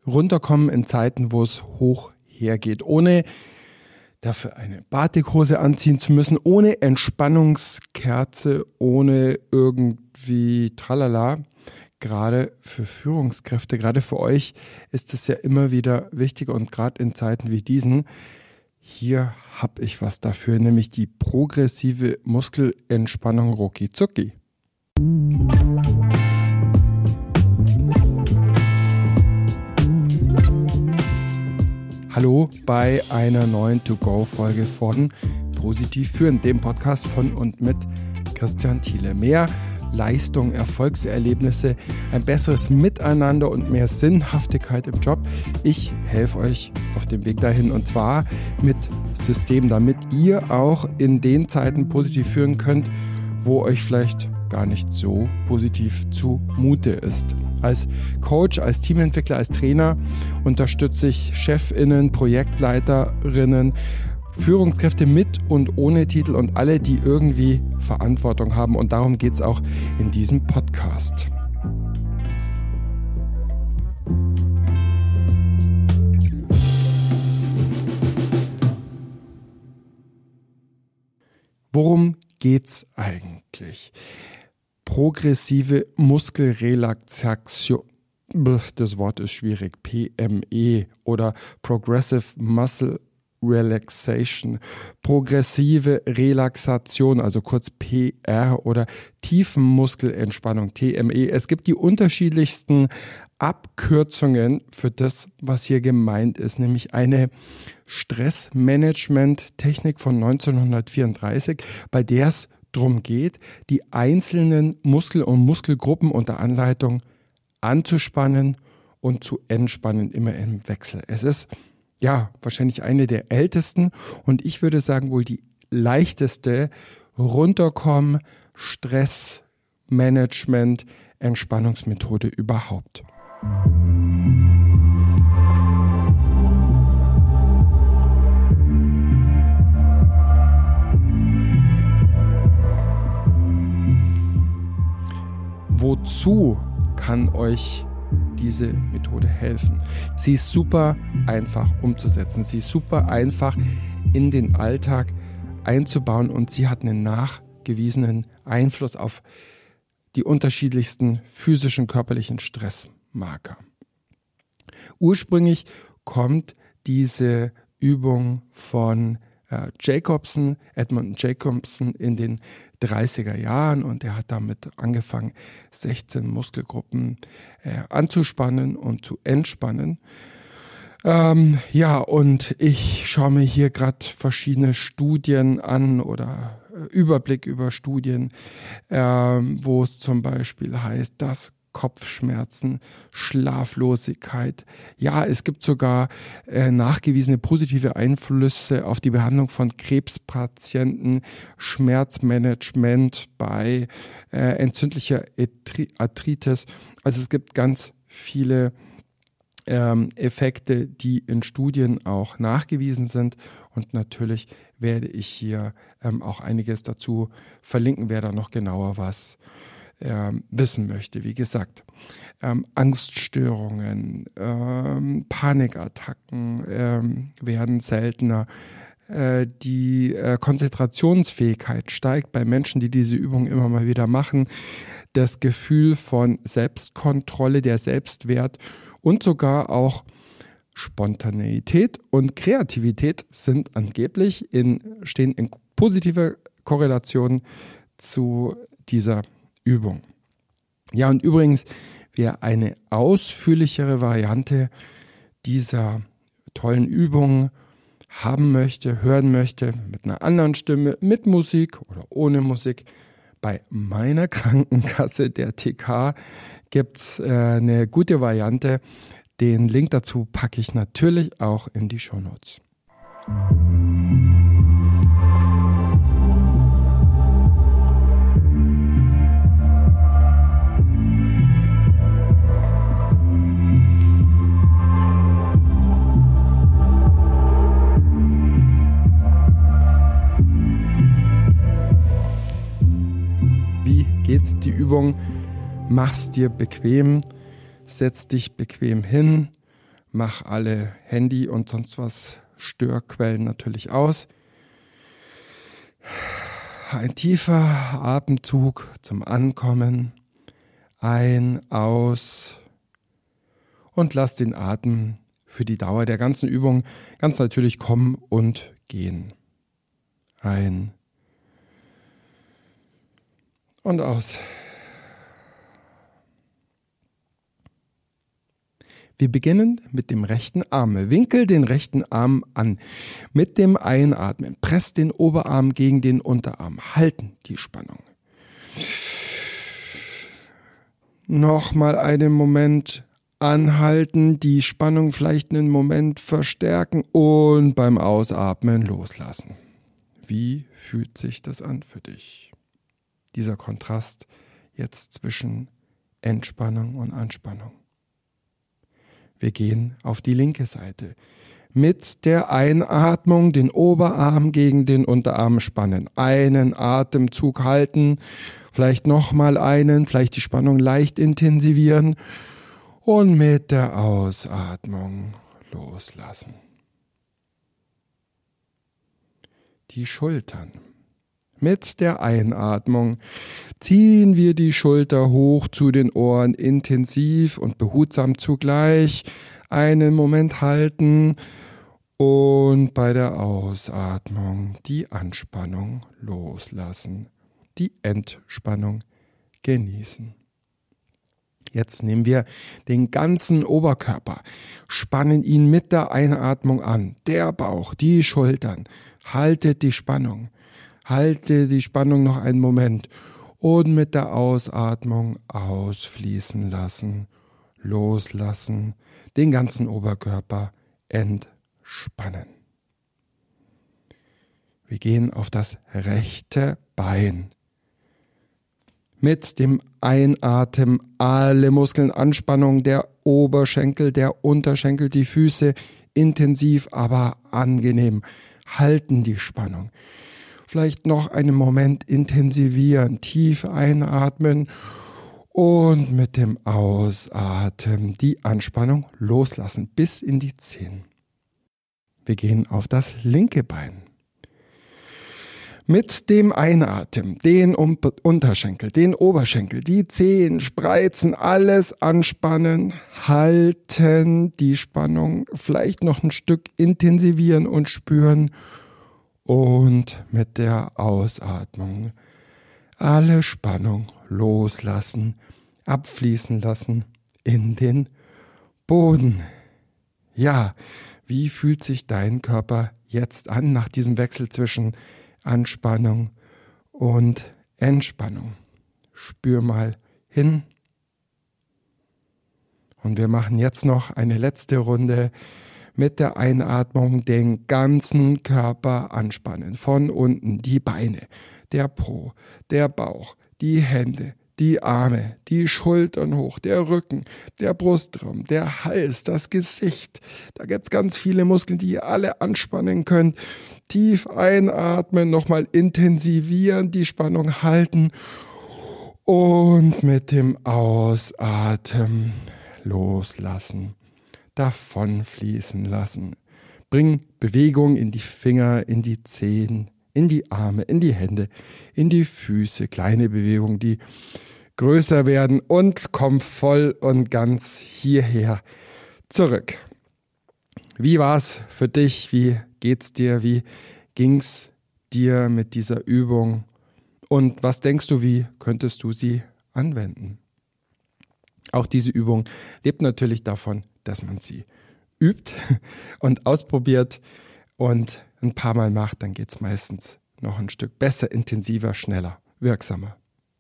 runterkommen in Zeiten, wo es hoch hergeht, ohne dafür eine Batikhose anziehen zu müssen, ohne Entspannungskerze, ohne irgendwie Tralala. Gerade für Führungskräfte, gerade für euch ist es ja immer wieder wichtig und gerade in Zeiten wie diesen, hier habe ich was dafür, nämlich die progressive Muskelentspannung Rucki Zucki. Hallo bei einer neuen To-Go-Folge von Positiv Führen, dem Podcast von und mit Christian Thiele. Mehr Leistung, Erfolgserlebnisse, ein besseres Miteinander und mehr Sinnhaftigkeit im Job. Ich helfe euch auf dem Weg dahin und zwar mit Systemen, damit ihr auch in den Zeiten positiv führen könnt, wo euch vielleicht gar nicht so positiv zumute ist. Als Coach, als Teamentwickler, als Trainer unterstütze ich ChefInnen, Projektleiterinnen, Führungskräfte mit und ohne Titel und alle, die irgendwie Verantwortung haben. Und darum geht es auch in diesem Podcast. Worum geht's eigentlich? Progressive Muskelrelaxation. Das Wort ist schwierig. PME oder Progressive Muscle Relaxation, progressive Relaxation, also kurz PR oder Tiefenmuskelentspannung, TME. Es gibt die unterschiedlichsten Abkürzungen für das, was hier gemeint ist, nämlich eine Stressmanagement-Technik von 1934, bei der es darum geht, die einzelnen Muskel- und Muskelgruppen unter Anleitung anzuspannen und zu entspannen, immer im Wechsel. Es ist wahrscheinlich eine der ältesten und ich würde sagen wohl die leichteste Runterkommen, Stressmanagement, Entspannungsmethode überhaupt. Wozu kann euch diese Methode helfen? Sie ist super einfach umzusetzen. Sie ist super einfach in den Alltag einzubauen und sie hat einen nachgewiesenen Einfluss auf die unterschiedlichsten physischen, körperlichen Stressmarker. Ursprünglich kommt diese Übung von Edmund Jacobson in den 30er Jahren und er hat damit angefangen, 16 Muskelgruppen anzuspannen und zu entspannen. Und ich schaue mir hier gerade verschiedene Studien an oder Überblick über Studien, wo es zum Beispiel heißt, dass Kopfschmerzen, Schlaflosigkeit. Ja, es gibt sogar nachgewiesene positive Einflüsse auf die Behandlung von Krebspatienten, Schmerzmanagement bei entzündlicher Arthritis. Also es gibt ganz viele Effekte, die in Studien auch nachgewiesen sind. Und natürlich werde ich hier auch einiges dazu verlinken, wer da noch genauer was wissen möchte. Wie gesagt, Angststörungen, Panikattacken werden seltener. Die Konzentrationsfähigkeit steigt bei Menschen, die diese Übung immer mal wieder machen. Das Gefühl von Selbstkontrolle, der Selbstwert und sogar auch Spontaneität und Kreativität sind angeblich stehen in positiver Korrelation zu dieser Übung. Ja, und übrigens, wer eine ausführlichere Variante dieser tollen Übung haben möchte, hören möchte, mit einer anderen Stimme, mit Musik oder ohne Musik, bei meiner Krankenkasse, der TK, gibt es eine gute Variante. Den Link dazu packe ich natürlich auch in die Shownotes. Wie geht die Übung? Mach's dir bequem, setz dich bequem hin, Mach alle Handy und sonst was Störquellen natürlich aus. Ein tiefer Atemzug zum Ankommen. Ein, aus und lass den Atem für die Dauer der ganzen Übung ganz natürlich kommen und gehen. Ein und aus. Wir beginnen mit dem rechten Arm. Winkel den rechten Arm an. Mit dem Einatmen presst den Oberarm gegen den Unterarm. Halten die Spannung. Nochmal einen Moment anhalten, die Spannung vielleicht einen Moment verstärken und beim Ausatmen loslassen. Wie fühlt sich das an für dich? Dieser Kontrast jetzt zwischen Entspannung und Anspannung. Wir gehen auf die linke Seite. Mit der Einatmung den Oberarm gegen den Unterarm spannen. Einen Atemzug halten, vielleicht nochmal einen, vielleicht die Spannung leicht intensivieren und mit der Ausatmung loslassen. Die Schultern. Mit der Einatmung ziehen wir die Schulter hoch zu den Ohren, intensiv und behutsam zugleich. Einen Moment halten und bei der Ausatmung die Anspannung loslassen, die Entspannung genießen. Jetzt nehmen wir den ganzen Oberkörper, spannen ihn mit der Einatmung an, der Bauch, die Schultern, haltet die Spannung. Halte die Spannung noch einen Moment und mit der Ausatmung ausfließen lassen, loslassen, den ganzen Oberkörper entspannen. Wir gehen auf das rechte Bein. Mit dem Einatmen alle Muskeln, Anspannung der Oberschenkel, der Unterschenkel, die Füße intensiv, aber angenehm. Halten die Spannung. Vielleicht noch einen Moment intensivieren, tief einatmen und mit dem Ausatmen die Anspannung loslassen bis in die Zehen. Wir gehen auf das linke Bein. Mit dem Einatmen den Unterschenkel, den Oberschenkel, die Zehen spreizen, alles anspannen, halten die Spannung, vielleicht noch ein Stück intensivieren und spüren. Und mit der Ausatmung alle Spannung loslassen, abfließen lassen in den Boden. Ja, wie fühlt sich dein Körper jetzt an nach diesem Wechsel zwischen Anspannung und Entspannung? Spür mal hin. Und wir machen jetzt noch eine letzte Runde. Mit der Einatmung den ganzen Körper anspannen. Von unten die Beine, der Po, der Bauch, die Hände, die Arme, die Schultern hoch, der Rücken, der Brustraum, der Hals, das Gesicht. Da gibt es ganz viele Muskeln, die ihr alle anspannen könnt. Tief einatmen, nochmal intensivieren, die Spannung halten und mit dem Ausatmen loslassen. Davon fließen lassen. Bring Bewegung in die Finger, in die Zehen, in die Arme, in die Hände, in die Füße. Kleine Bewegungen, die größer werden und komm voll und ganz hierher zurück. Wie war's für dich? Wie geht's dir? Wie ging's dir mit dieser Übung? Und was denkst du, wie könntest du sie anwenden? Auch diese Übung lebt natürlich davon, dass man sie übt und ausprobiert und ein paar Mal macht, dann geht es meistens noch ein Stück besser, intensiver, schneller, wirksamer.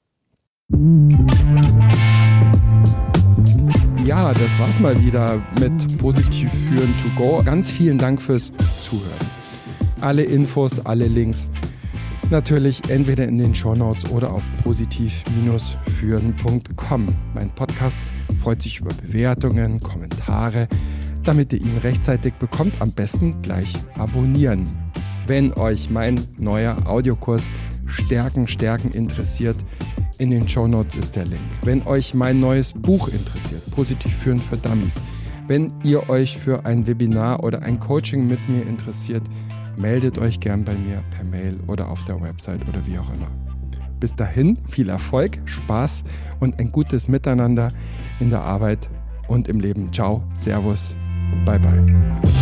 Ja, das war's mal wieder mit Positiv führen to go. Ganz vielen Dank fürs Zuhören. Alle Infos, alle Links natürlich entweder in den Shownotes oder auf positiv-führen.com. Mein Podcast freut sich über Bewertungen, Kommentare. Damit ihr ihn rechtzeitig bekommt, am besten gleich abonnieren. Wenn euch mein neuer Audiokurs Stärken interessiert, in den Shownotes ist der Link. Wenn euch mein neues Buch interessiert, Positiv führen für Dummies, Wenn ihr euch für ein Webinar oder ein Coaching mit mir interessiert, meldet euch gern bei mir per Mail oder auf der Website oder wie auch immer. Bis dahin viel Erfolg, Spaß und ein gutes Miteinander in der Arbeit und im Leben. Ciao, Servus, bye bye.